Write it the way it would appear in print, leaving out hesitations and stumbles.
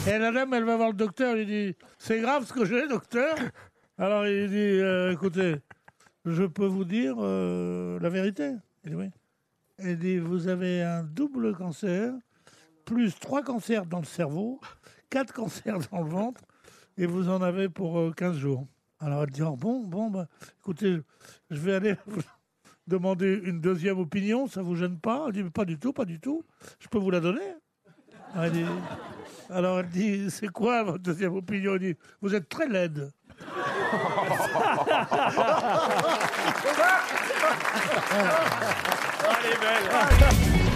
Et la dame, elle va voir le docteur, elle lui dit « C'est grave ce que j'ai, docteur ?» Alors il dit « Écoutez, je peux vous dire la vérité ?» Il dit « Oui. » Elle dit « Vous avez un double cancer, plus 3 cancers dans le cerveau, 4 cancers dans le ventre, et vous en avez pour 15 jours. » Alors elle dit oh, bon, bah, écoutez, je vais aller vous demander une deuxième opinion, ça vous gêne pas? Elle dit pas du tout, je peux vous la donner. Alors elle dit c'est quoi votre deuxième opinion? Elle dit vous êtes très laide. Elle est belle.